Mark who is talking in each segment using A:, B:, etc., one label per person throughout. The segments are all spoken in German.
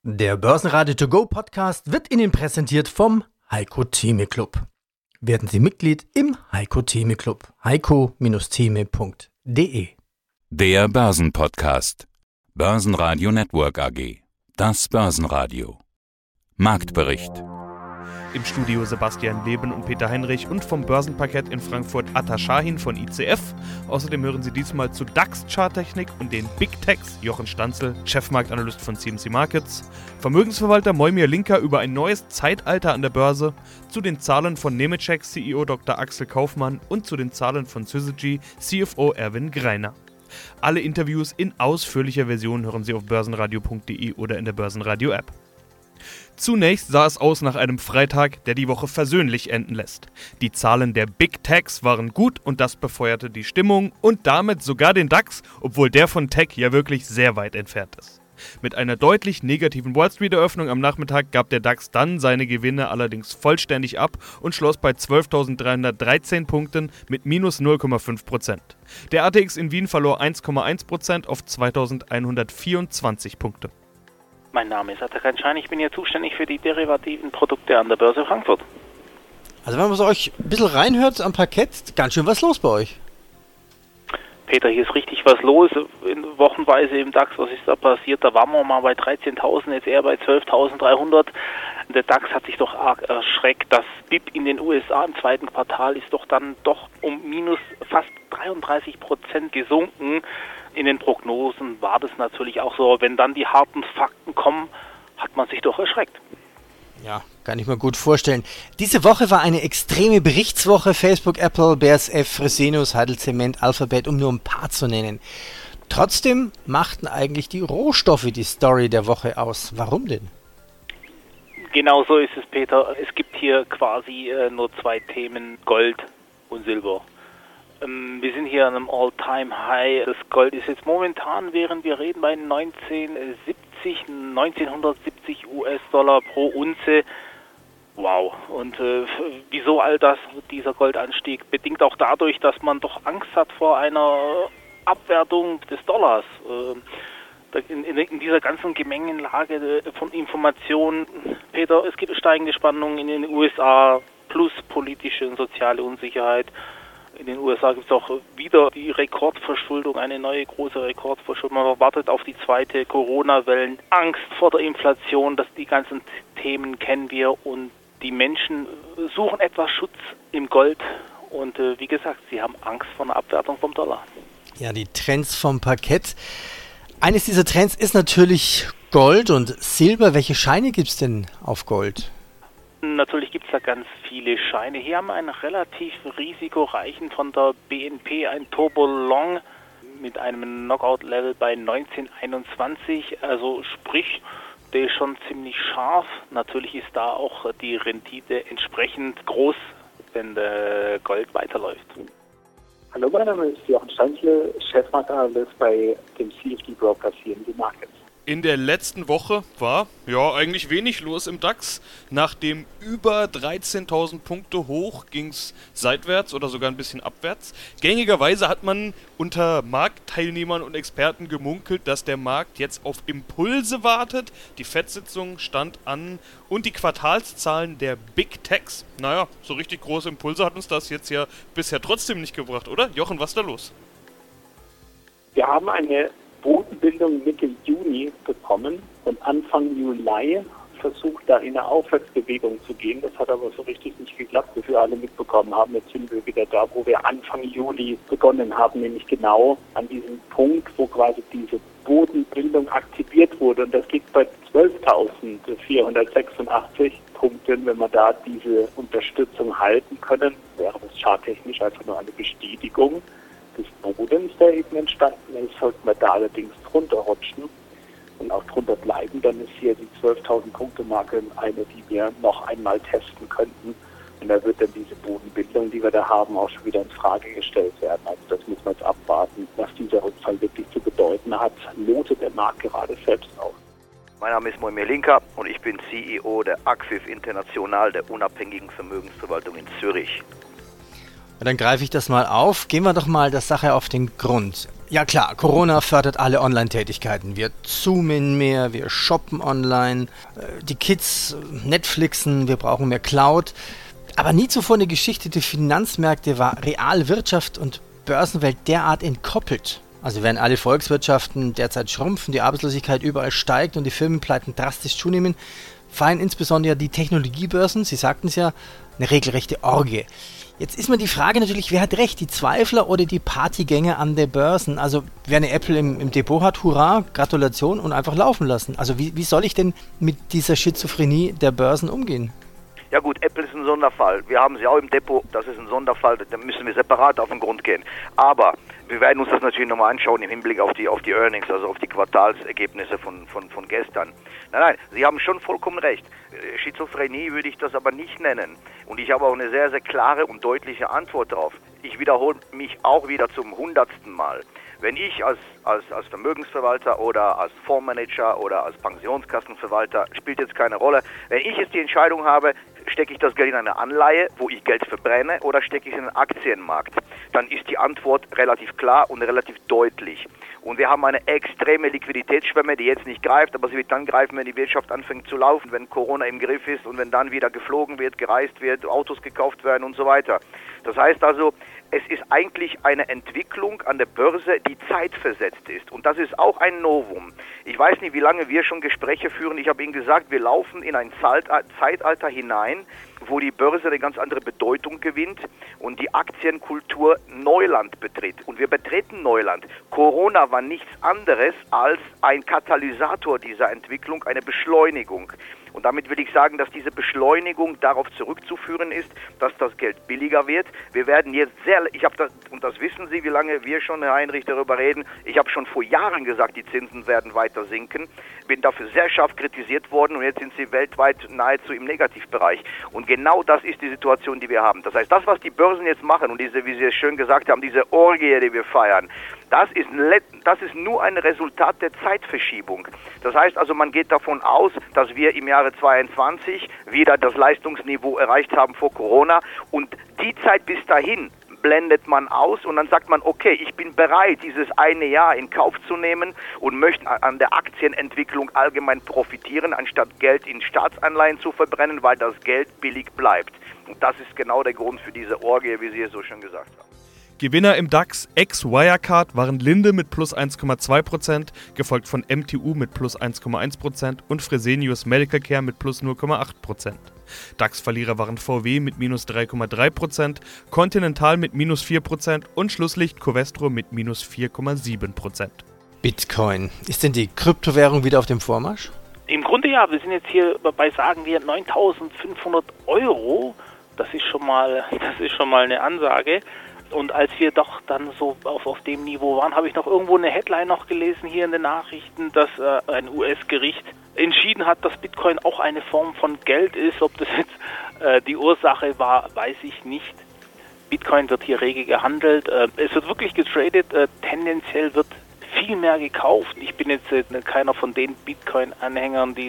A: Der Börsenradio To Go Podcast wird Ihnen präsentiert vom Heiko Theme Club. Werden Sie Mitglied im Heiko Theme Club. heiko-theme.de.
B: Der Börsenpodcast. Börsenradio Network AG. Das Börsenradio. Marktbericht.
C: Im Studio Sebastian Leben und Peter Heinrich und vom Börsenparkett in Frankfurt Atta Shahin von ICF. Außerdem hören Sie diesmal zu DAX-Charttechnik und den Big Techs Jochen Stanzel, Chefmarktanalyst von CMC Markets, Vermögensverwalter Moimir Linker über ein neues Zeitalter an der Börse, zu den Zahlen von Nemetschek CEO Dr. Axel Kaufmann und zu den Zahlen von Syzygy CFO Erwin Greiner. Alle Interviews in ausführlicher Version hören Sie auf börsenradio.de oder in der Börsenradio-App. Zunächst sah es aus nach einem Freitag, der die Woche versöhnlich enden lässt. Die Zahlen der Big Techs waren gut und das befeuerte die Stimmung und damit sogar den DAX, obwohl der von Tech ja wirklich sehr weit entfernt ist. Mit einer deutlich negativen Wall Street-Eröffnung am Nachmittag gab der DAX dann seine Gewinne allerdings vollständig ab und schloss bei 12.313 Punkten mit minus 0,5%. Der ATX in Wien verlor 1,1% auf 2.124 Punkte.
D: Mein Name ist Atakan Schein, ich bin hier zuständig für die derivativen Produkte an der Börse Frankfurt.
A: Also wenn man so euch ein bisschen reinhört am Parkett, ganz schön was los bei euch.
D: Peter, hier ist richtig was los. Wochenweise im DAX, was ist da passiert? Da waren wir mal bei 13.000, jetzt eher bei 12.300. Der DAX hat sich doch arg erschreckt. Das BIP in den USA im zweiten Quartal ist doch dann um minus fast 33% gesunken. In den Prognosen war das natürlich auch so. Wenn dann die harten Fakten kommen, hat man sich doch erschreckt.
A: Ja, kann ich mir gut vorstellen. Diese Woche war eine extreme Berichtswoche. Facebook, Apple, BASF, Fresenius, Heidelcement, Alphabet, um nur ein paar zu nennen. Trotzdem machten eigentlich die Rohstoffe die Story der Woche aus. Warum denn?
D: Genau so ist es, Peter. Es gibt hier quasi nur zwei Themen, Gold und Silber. Wir sind hier an einem All-Time-High. Das Gold ist jetzt momentan, während wir reden, bei 1970 US-Dollar pro Unze. Wow. Und wieso all das, dieser Goldanstieg? Bedingt auch dadurch, dass man doch Angst hat vor einer Abwertung des Dollars. In dieser ganzen Gemengenlage von Informationen, Peter, es gibt steigende Spannungen in den USA, plus politische und soziale Unsicherheit. In den USA gibt es auch wieder die Rekordverschuldung, eine neue große Rekordverschuldung. Man wartet auf die zweite Corona-Welle. Angst vor der Inflation, die ganzen Themen kennen wir. Und die Menschen suchen etwas Schutz im Gold. Und wie gesagt, sie haben Angst vor einer Abwertung vom Dollar.
A: Ja, die Trends vom Parkett. Eines dieser Trends ist natürlich Gold und Silber. Welche Scheine gibt es denn auf Gold?
D: Natürlich gibt es da ganz viele Scheine. Hier haben wir einen relativ risikoreichen von der BNP, ein Turbo Long mit einem Knockout-Level bei 1921. Also sprich, der ist schon ziemlich scharf. Natürlich ist da auch die Rendite entsprechend groß, wenn der Gold weiterläuft.
E: Hallo, mein Name ist Jochen Stanzel, Chefmarktanalyst bei dem CFD-Broker CMC Markets.
C: In der letzten Woche war ja eigentlich wenig los im DAX. Nach dem über 13.000 Punkte hoch ging es seitwärts oder sogar ein bisschen abwärts. Gängigerweise hat man unter Marktteilnehmern und Experten gemunkelt, dass der Markt jetzt auf Impulse wartet. Die FED-Sitzung stand an und die Quartalszahlen der Big Techs. Naja, so richtig große Impulse hat uns das jetzt ja bisher trotzdem nicht gebracht, oder? Jochen, was ist da los?
E: Wir haben eine Bodenbildung Mitte Juni bekommen und Anfang Juli versucht, da in eine Aufwärtsbewegung zu gehen. Das hat aber so richtig nicht geklappt, wie wir alle mitbekommen haben. Jetzt sind wir wieder da, wo wir Anfang Juli begonnen haben, nämlich genau an diesem Punkt, wo quasi diese Bodenbildung aktiviert wurde. Und das liegt bei 12.486 Punkten. Wenn wir da diese Unterstützung halten können, wäre das charttechnisch einfach nur eine Bestätigung des Bodens, der eben entstanden ist. Sollten wir da allerdings drunter rutschen und auch drunter bleiben, dann ist hier die 12.000 Punkte Marke eine, die wir noch einmal testen könnten. Und da wird dann diese Bodenbildung, die wir da haben, auch schon wieder in Frage gestellt werden. Also das muss man jetzt abwarten, was dieser Rückfall wirklich zu bedeuten hat. Lotet der Markt gerade selbst aus.
F: Mein Name ist Moimir Linker und ich bin CEO der AXIF International, der unabhängigen Vermögensverwaltung in Zürich.
A: Dann greife ich das mal auf. Gehen wir doch mal der Sache auf den Grund. Ja klar, Corona fördert alle Online-Tätigkeiten. Wir zoomen mehr, wir shoppen online, die Kids Netflixen, wir brauchen mehr Cloud. Aber nie zuvor eine Geschichte der Finanzmärkte war Realwirtschaft und Börsenwelt derart entkoppelt. Also während alle Volkswirtschaften derzeit schrumpfen, die Arbeitslosigkeit überall steigt und die Firmenpleiten drastisch zunehmen, feiern insbesondere die Technologiebörsen, Sie sagten es ja, eine regelrechte Orgie. Jetzt ist mir die Frage natürlich, wer hat recht, die Zweifler oder die Partygänger an der Börsen? Also wer eine Apple im Depot hat, hurra, Gratulation und einfach laufen lassen. Also wie soll ich denn mit dieser Schizophrenie der Börsen umgehen?
F: Ja gut, Apple ist ein Sonderfall. Wir haben sie auch im Depot, das ist ein Sonderfall, da müssen wir separat auf den Grund gehen. Aber wir werden uns das natürlich nochmal anschauen im Hinblick auf die Earnings, also auf die Quartalsergebnisse von gestern. Nein, Sie haben schon vollkommen recht. Schizophrenie würde ich das aber nicht nennen. Und ich habe auch eine sehr, sehr klare und deutliche Antwort darauf. Ich wiederhole mich auch wieder zum 100. Mal. Wenn ich als Vermögensverwalter oder als Fondsmanager oder als Pensionskassenverwalter, spielt jetzt keine Rolle, wenn ich jetzt die Entscheidung habe, stecke ich das Geld in eine Anleihe, wo ich Geld verbrenne, oder stecke ich es in den Aktienmarkt, dann ist die Antwort relativ klar und relativ deutlich. Und wir haben eine extreme Liquiditätsschwemme, die jetzt nicht greift, aber sie wird dann greifen, wenn die Wirtschaft anfängt zu laufen, wenn Corona im Griff ist und wenn dann wieder geflogen wird, gereist wird, Autos gekauft werden und so weiter. Das heißt also, es ist eigentlich eine Entwicklung an der Börse, die zeitversetzt ist. Und das ist auch ein Novum. Ich weiß nicht, wie lange wir schon Gespräche führen. Ich habe Ihnen gesagt, wir laufen in ein Zeitalter hinein, wo die Börse eine ganz andere Bedeutung gewinnt und die Aktienkultur Neuland betritt. Und wir betreten Neuland. Corona war nichts anderes als ein Katalysator dieser Entwicklung, eine Beschleunigung. Und damit will ich sagen, dass diese Beschleunigung darauf zurückzuführen ist, dass das Geld billiger wird. Wir werden jetzt und das wissen Sie, wie lange wir schon, Herr Heinrich, darüber reden. Ich habe schon vor Jahren gesagt, die Zinsen werden weiter sinken. Bin dafür sehr scharf kritisiert worden und jetzt sind sie weltweit nahezu im Negativbereich. Und genau das ist die Situation, die wir haben. Das heißt, das, was die Börsen jetzt machen und diese, wie Sie es schön gesagt haben, diese Orgie, die wir feiern, das ist nur ein Resultat der Zeitverschiebung. Das heißt also, man geht davon aus, dass wir im Jahre 2022 wieder das Leistungsniveau erreicht haben vor Corona und die Zeit bis dahin blendet man aus und dann sagt man, okay, ich bin bereit, dieses eine Jahr in Kauf zu nehmen und möchte an der Aktienentwicklung allgemein profitieren, anstatt Geld in Staatsanleihen zu verbrennen, weil das Geld billig bleibt. Und das ist genau der Grund für diese Orgie, wie Sie es so schön gesagt haben.
C: Gewinner im DAX ex-Wirecard waren Linde mit plus 1,2%, gefolgt von MTU mit plus 1,1% und Fresenius Medical Care mit plus 0,8%. DAX-Verlierer waren VW mit minus 3,3%, Continental mit minus 4% und Schlusslicht Covestro mit minus 4,7%.
A: Bitcoin. Ist denn die Kryptowährung wieder auf dem Vormarsch?
D: Im Grunde ja, wir sind jetzt hier bei, sagen wir, 9.500 Euro. Das ist schon mal eine Ansage. Und als wir doch dann so auf dem Niveau waren, habe ich noch irgendwo eine Headline noch gelesen hier in den Nachrichten, dass ein US-Gericht entschieden hat, dass Bitcoin auch eine Form von Geld ist. Ob das jetzt die Ursache war, weiß ich nicht. Bitcoin wird hier rege gehandelt. Es wird wirklich getradet. Tendenziell wird viel mehr gekauft. Ich bin jetzt keiner von den Bitcoin-Anhängern, die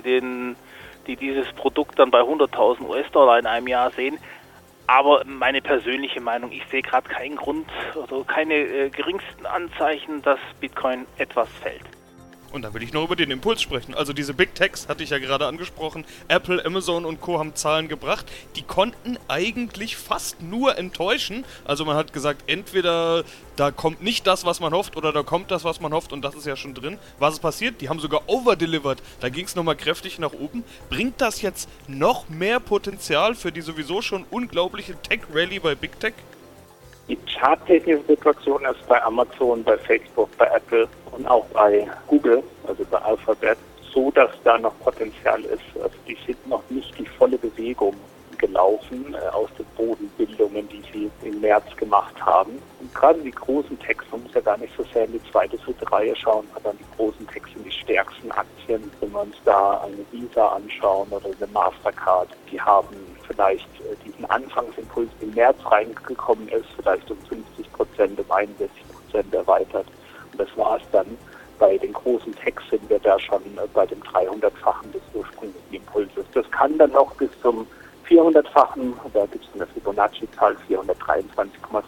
D: dieses Produkt dann bei 100.000 US-Dollar in einem Jahr sehen. Aber meine persönliche Meinung, ich sehe gerade keinen Grund, also keine geringsten Anzeichen, dass Bitcoin etwas fällt.
C: Und da will ich noch über den Impuls sprechen. Also diese Big Techs hatte ich ja gerade angesprochen. Apple, Amazon und Co. haben Zahlen gebracht. Die konnten eigentlich fast nur enttäuschen. Also man hat gesagt, entweder da kommt nicht das, was man hofft, oder da kommt das, was man hofft, und das ist ja schon drin. Was ist passiert? Die haben sogar overdelivered. Da ging es nochmal kräftig nach oben. Bringt das jetzt noch mehr Potenzial für die sowieso schon unglaubliche Tech-Rally bei Big Tech?
E: Die charttechnische Situation ist bei Amazon, bei Facebook, bei Apple und auch bei Google, also bei Alphabet, so, dass da noch Potenzial ist. Also die sind noch nicht die volle Bewegung gelaufen aus den Bodenbildungen, die sie im März gemacht haben. Und gerade die großen Techs, man muss ja gar nicht so sehr in die zweite, dritte Reihe schauen, sondern die großen Techs sind die stärksten Aktien. Wenn wir uns da eine Visa anschauen oder eine Mastercard, die haben vielleicht diesen Anfangsimpuls, der im März reingekommen ist, vielleicht um 50%, um 61% erweitert. Und das war es dann. Bei den großen Techs sind wir da schon bei dem 300-fachen des ursprünglichen Impulses. Das kann dann noch bis zum 400-fachen, da gibt es eine Fibonacci-Zahl 423,6,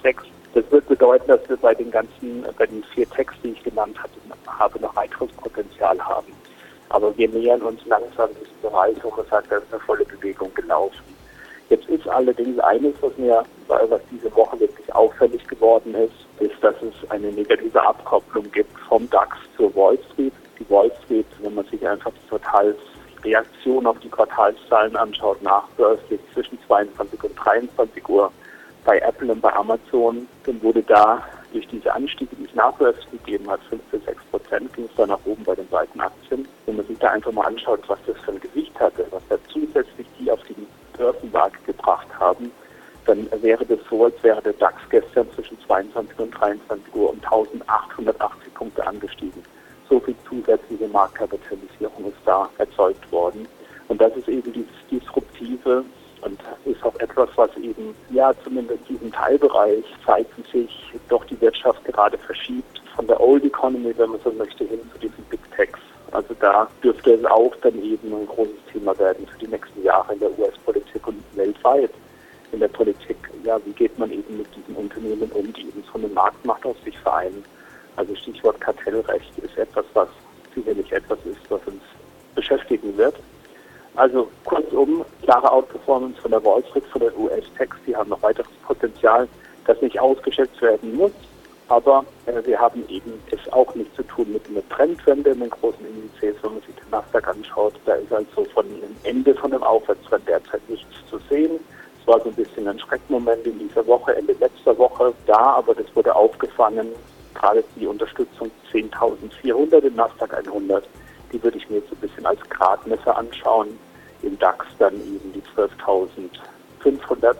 E: Das wird bedeuten, dass wir bei den 4 Techs, die ich genannt habe, noch weiteres Potenzial haben. Aber wir nähern uns langsam diesem Bereich, wo man sagt, da ist eine volle Bewegung gelaufen. Jetzt ist allerdings eines, was diese Woche wirklich auffällig geworden ist, dass es eine negative Abkopplung gibt vom DAX zur Wall Street. Die Wall Street, wenn man sich einfach die Reaktion auf die Quartalszahlen anschaut, nachbörslich zwischen 22 und 23 Uhr bei Apple und bei Amazon, dann wurde da durch diese Anstiege, die es nachbörslich gegeben hat, 5-6%, ging es da nach oben bei den beiden Aktien. Wenn man sich da einfach mal anschaut, was das für ein Gewicht hatte, was da zusätzlich die auf die Börsenwaage gebracht haben, dann wäre das so, als wäre der DAX gestern zwischen 22 und 23 Uhr um 1880 Punkte angestiegen. So viel zusätzliche Marktkapitalisierung ist da erzeugt worden. Und das ist eben dieses Disruptive und ist auch etwas, was eben, zumindest in diesem Teilbereich zeigt, wie sich doch die Wirtschaft gerade verschiebt von der Old Economy, wenn man so möchte, hin zu diesen Big Techs. Also da dürfte es auch dann eben ein großes Thema werden für die nächsten Jahre in der US-Politik und weltweit in der Politik. Ja, wie geht man eben mit diesen Unternehmen um, die eben so eine Marktmacht auf sich vereinen? Also Stichwort Kartellrecht ist etwas, was sicherlich etwas ist, was uns beschäftigen wird. Also kurzum, klare Outperformance von der Wall Street, von den US-Techs, die haben noch weiteres Potenzial, das nicht ausgeschätzt werden muss. Aber wir haben eben es auch nicht zu tun mit einer Trendwende in den großen Indizes, wenn man sich den Nasdaq anschaut. Da ist also von dem Ende von dem Aufwärtstrend derzeit nichts zu sehen. Es war so ein bisschen ein Schreckmoment in dieser Woche, Ende letzter Woche da, aber das wurde aufgefangen. Gerade die Unterstützung 10.400 im Nasdaq 100, die würde ich mir jetzt ein bisschen als Gradmesser anschauen. Im DAX dann eben die 12.500,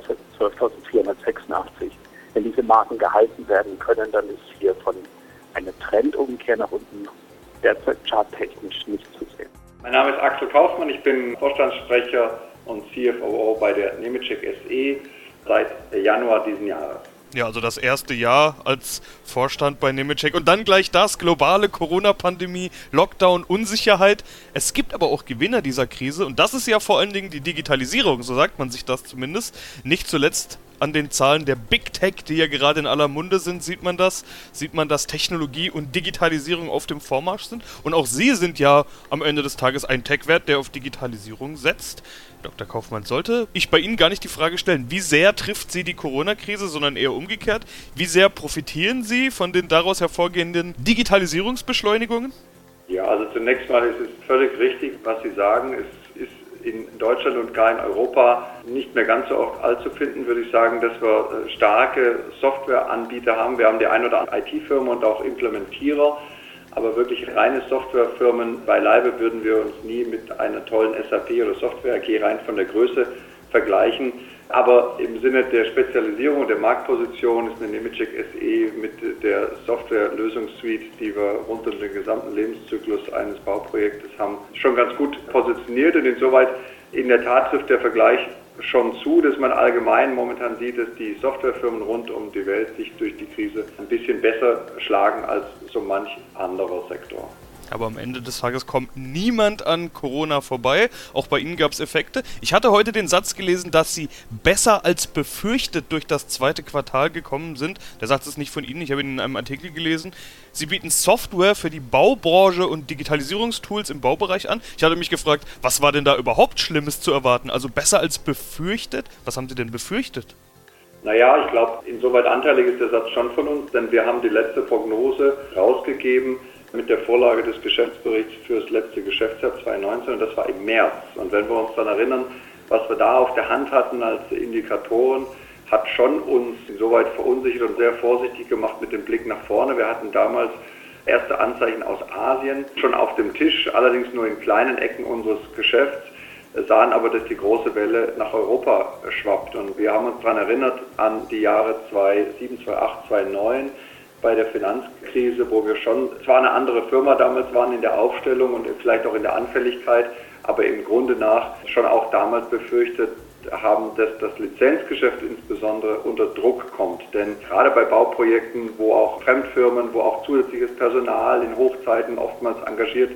E: 12.486. Wenn diese Marken gehalten werden können, dann ist hier von einer Trendumkehr nach unten derzeit charttechnisch nicht zu sehen.
G: Mein Name ist Axel Kaufmann, ich bin Vorstandssprecher und CFO bei der Nemetschek SE seit Januar diesen Jahres.
C: Ja, also das erste Jahr als Vorstand bei Nemetschek und dann gleich das, globale Corona-Pandemie, Lockdown, Unsicherheit. Es gibt aber auch Gewinner dieser Krise und das ist ja vor allen Dingen die Digitalisierung, so sagt man sich das zumindest. Nicht zuletzt an den Zahlen der Big Tech, die ja gerade in aller Munde sind, sieht man, dass Technologie und Digitalisierung auf dem Vormarsch sind. Und auch Sie sind ja am Ende des Tages ein Tech-Wert, der auf Digitalisierung setzt. Dr. Kaufmann, sollte ich bei Ihnen gar nicht die Frage stellen, wie sehr trifft Sie die Corona-Krise, sondern eher umgekehrt. Wie sehr profitieren Sie von den daraus hervorgehenden Digitalisierungsbeschleunigungen?
G: Ja, also zunächst mal ist es völlig richtig, was Sie sagen. Es ist in Deutschland und gar in Europa nicht mehr ganz so oft allzu finden, würde ich sagen, dass wir starke Softwareanbieter haben. Wir haben die ein oder andere IT-Firma und auch Implementierer, aber wirklich reine Softwarefirmen beileibe würden wir uns nie mit einer tollen SAP oder Software AG rein von der Größe vergleichen. Aber im Sinne der Spezialisierung und der Marktposition ist eine Nemetschek SE mit der Software-Lösungssuite, die wir rund um den gesamten Lebenszyklus eines Bauprojektes haben, schon ganz gut positioniert. Und insoweit in der Tat trifft der Vergleich schon zu, dass man allgemein momentan sieht, dass die Softwarefirmen rund um die Welt sich durch die Krise ein bisschen besser schlagen als so manch anderer Sektor.
C: Aber am Ende des Tages kommt niemand an Corona vorbei. Auch bei Ihnen gab es Effekte. Ich hatte heute den Satz gelesen, dass Sie besser als befürchtet durch das zweite Quartal gekommen sind. Der Satz ist nicht von Ihnen, ich habe ihn in einem Artikel gelesen. Sie bieten Software für die Baubranche und Digitalisierungstools im Baubereich an. Ich hatte mich gefragt, was war denn da überhaupt Schlimmes zu erwarten? Also besser als befürchtet? Was haben Sie denn befürchtet?
G: Naja, ich glaube, insoweit anteilig ist der Satz schon von uns, denn wir haben die letzte Prognose rausgegeben mit der Vorlage des Geschäftsberichts für das letzte Geschäftsjahr 2019 und das war im März. Und wenn wir uns dann erinnern, was wir da auf der Hand hatten als Indikatoren, hat schon uns insoweit verunsichert und sehr vorsichtig gemacht mit dem Blick nach vorne. Wir hatten damals erste Anzeichen aus Asien schon auf dem Tisch, allerdings nur in kleinen Ecken unseres Geschäfts, sahen aber, dass die große Welle nach Europa schwappt. Und wir haben uns daran erinnert an die Jahre 2007, 2008, 2009, bei der Finanzkrise, wo wir schon zwar eine andere Firma damals waren in der Aufstellung und vielleicht auch in der Anfälligkeit, aber im Grunde nach schon auch damals befürchtet haben, dass das Lizenzgeschäft insbesondere unter Druck kommt. Denn gerade bei Bauprojekten, wo auch Fremdfirmen, wo auch zusätzliches Personal in Hochzeiten oftmals engagiert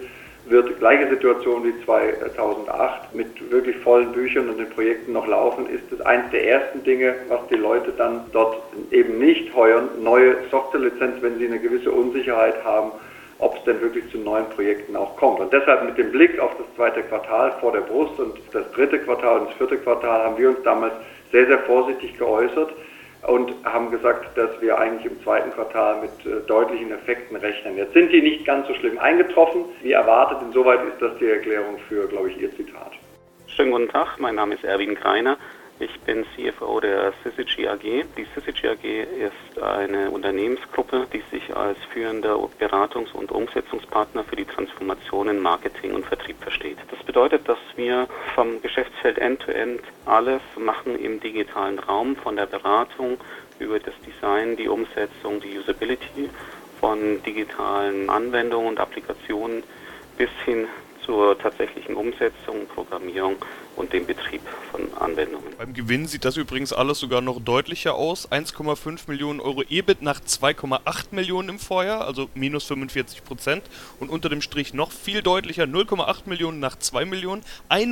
G: wird gleiche Situation wie 2008 mit wirklich vollen Büchern und den Projekten noch laufen, ist es eines der ersten Dinge, was die Leute dann dort eben nicht heuern, neue Softwarelizenz, wenn sie eine gewisse Unsicherheit haben, ob es denn wirklich zu neuen Projekten auch kommt. Und deshalb mit dem Blick auf das zweite Quartal vor der Brust und das dritte Quartal und das vierte Quartal haben wir uns damals sehr, sehr vorsichtig geäußert und haben gesagt, dass wir eigentlich im zweiten Quartal mit deutlichen Effekten rechnen. Jetzt sind die nicht ganz so schlimm eingetroffen, wie erwartet. Insoweit ist das die Erklärung für, glaube ich, Ihr Zitat.
H: Schönen guten Tag, mein Name ist Erwin Greiner. Ich bin CFO der Syzygy AG. Die Syzygy AG ist eine Unternehmensgruppe, die sich als führender Beratungs- und Umsetzungspartner für die Transformation in Marketing und Vertrieb versteht. Das bedeutet, dass wir vom Geschäftsfeld End-to-End alles machen im digitalen Raum, von der Beratung über das Design, die Umsetzung, die Usability von digitalen Anwendungen und Applikationen bis hin zur tatsächlichen Umsetzung, Programmierung und dem Betrieb von Anwendungen.
C: Beim Gewinn sieht das übrigens alles sogar noch deutlicher aus. 1,5 Millionen Euro EBIT nach 2,8 Millionen im Vorjahr, also minus 45%. Und unter dem Strich noch viel deutlicher, 0,8 Millionen nach 2 Millionen,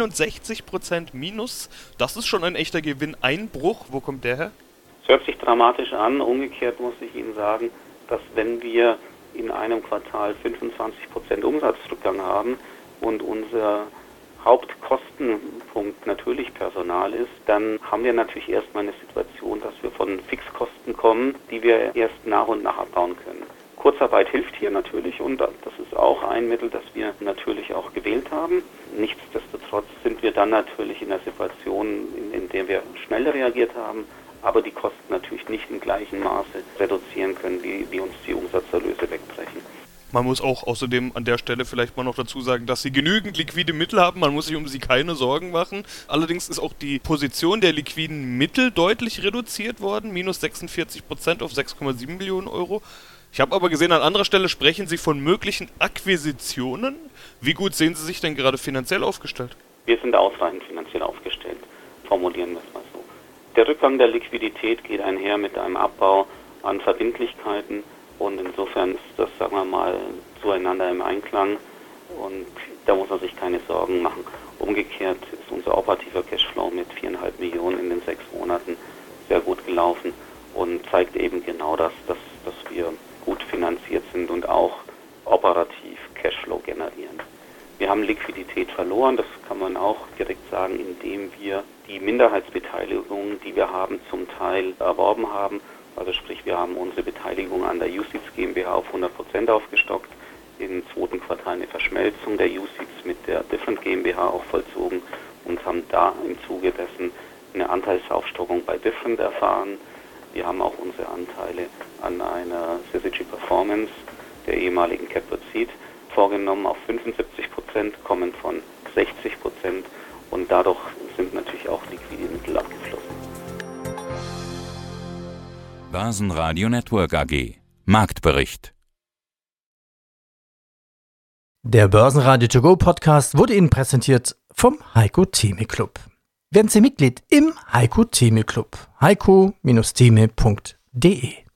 C: 61% minus. Das ist schon ein echter Gewinneinbruch. Wo kommt der her?
H: Es hört sich dramatisch an. Umgekehrt muss ich Ihnen sagen, dass wenn wir in einem Quartal 25% Umsatzrückgang haben und unser Hauptkostenpunkt natürlich Personal ist, dann haben wir natürlich erstmal eine Situation, dass wir von Fixkosten kommen, die wir erst nach und nach abbauen können. Kurzarbeit hilft hier natürlich und das ist auch ein Mittel, das wir natürlich auch gewählt haben. Nichtsdestotrotz sind wir dann natürlich in einer Situation, in der wir schnell reagiert haben, aber die Kosten natürlich nicht im gleichen Maße reduzieren können, wie uns die Umsatzerlöse wegbrechen.
C: Man muss auch außerdem an der Stelle vielleicht mal noch dazu sagen, dass sie genügend liquide Mittel haben. Man muss sich um sie keine Sorgen machen. Allerdings ist auch die Position der liquiden Mittel deutlich reduziert worden. Minus 46% auf 6,7 Millionen Euro. Ich habe aber gesehen, an anderer Stelle sprechen Sie von möglichen Akquisitionen. Wie gut sehen Sie sich denn gerade finanziell aufgestellt?
H: Wir sind ausreichend finanziell aufgestellt. Formulieren wir es mal so. Der Rückgang der Liquidität geht einher mit einem Abbau an Verbindlichkeiten. Und insofern ist das, sagen wir mal, zueinander im Einklang und da muss man sich keine Sorgen machen. Umgekehrt ist unser operativer Cashflow mit 4,5 Millionen in den 6 Monaten sehr gut gelaufen und zeigt eben genau das, dass wir gut finanziert sind und auch operativ Cashflow generieren. Wir haben Liquidität verloren, das kann man auch direkt sagen, indem wir die Minderheitsbeteiligungen, die wir haben, zum Teil erworben haben. Also sprich, wir haben unsere Beteiligung an der UCITS GmbH auf 100% aufgestockt, im zweiten Quartal eine Verschmelzung der UCITS mit der Different GmbH auch vollzogen und haben da im Zuge dessen eine Anteilsaufstockung bei Different erfahren. Wir haben auch unsere Anteile an einer Syzygy Performance, der ehemaligen Catbird Seed, vorgenommen auf 75%, kommen von 60% und dadurch sind natürlich auch liquide Mittel abgeflossen.
B: Börsenradio Network AG. Marktbericht.
A: Der Börsenradio To Go Podcast wurde Ihnen präsentiert vom Heiko Theme Club. Werden Sie Mitglied im Heiko Theme Club. heiko-theme.de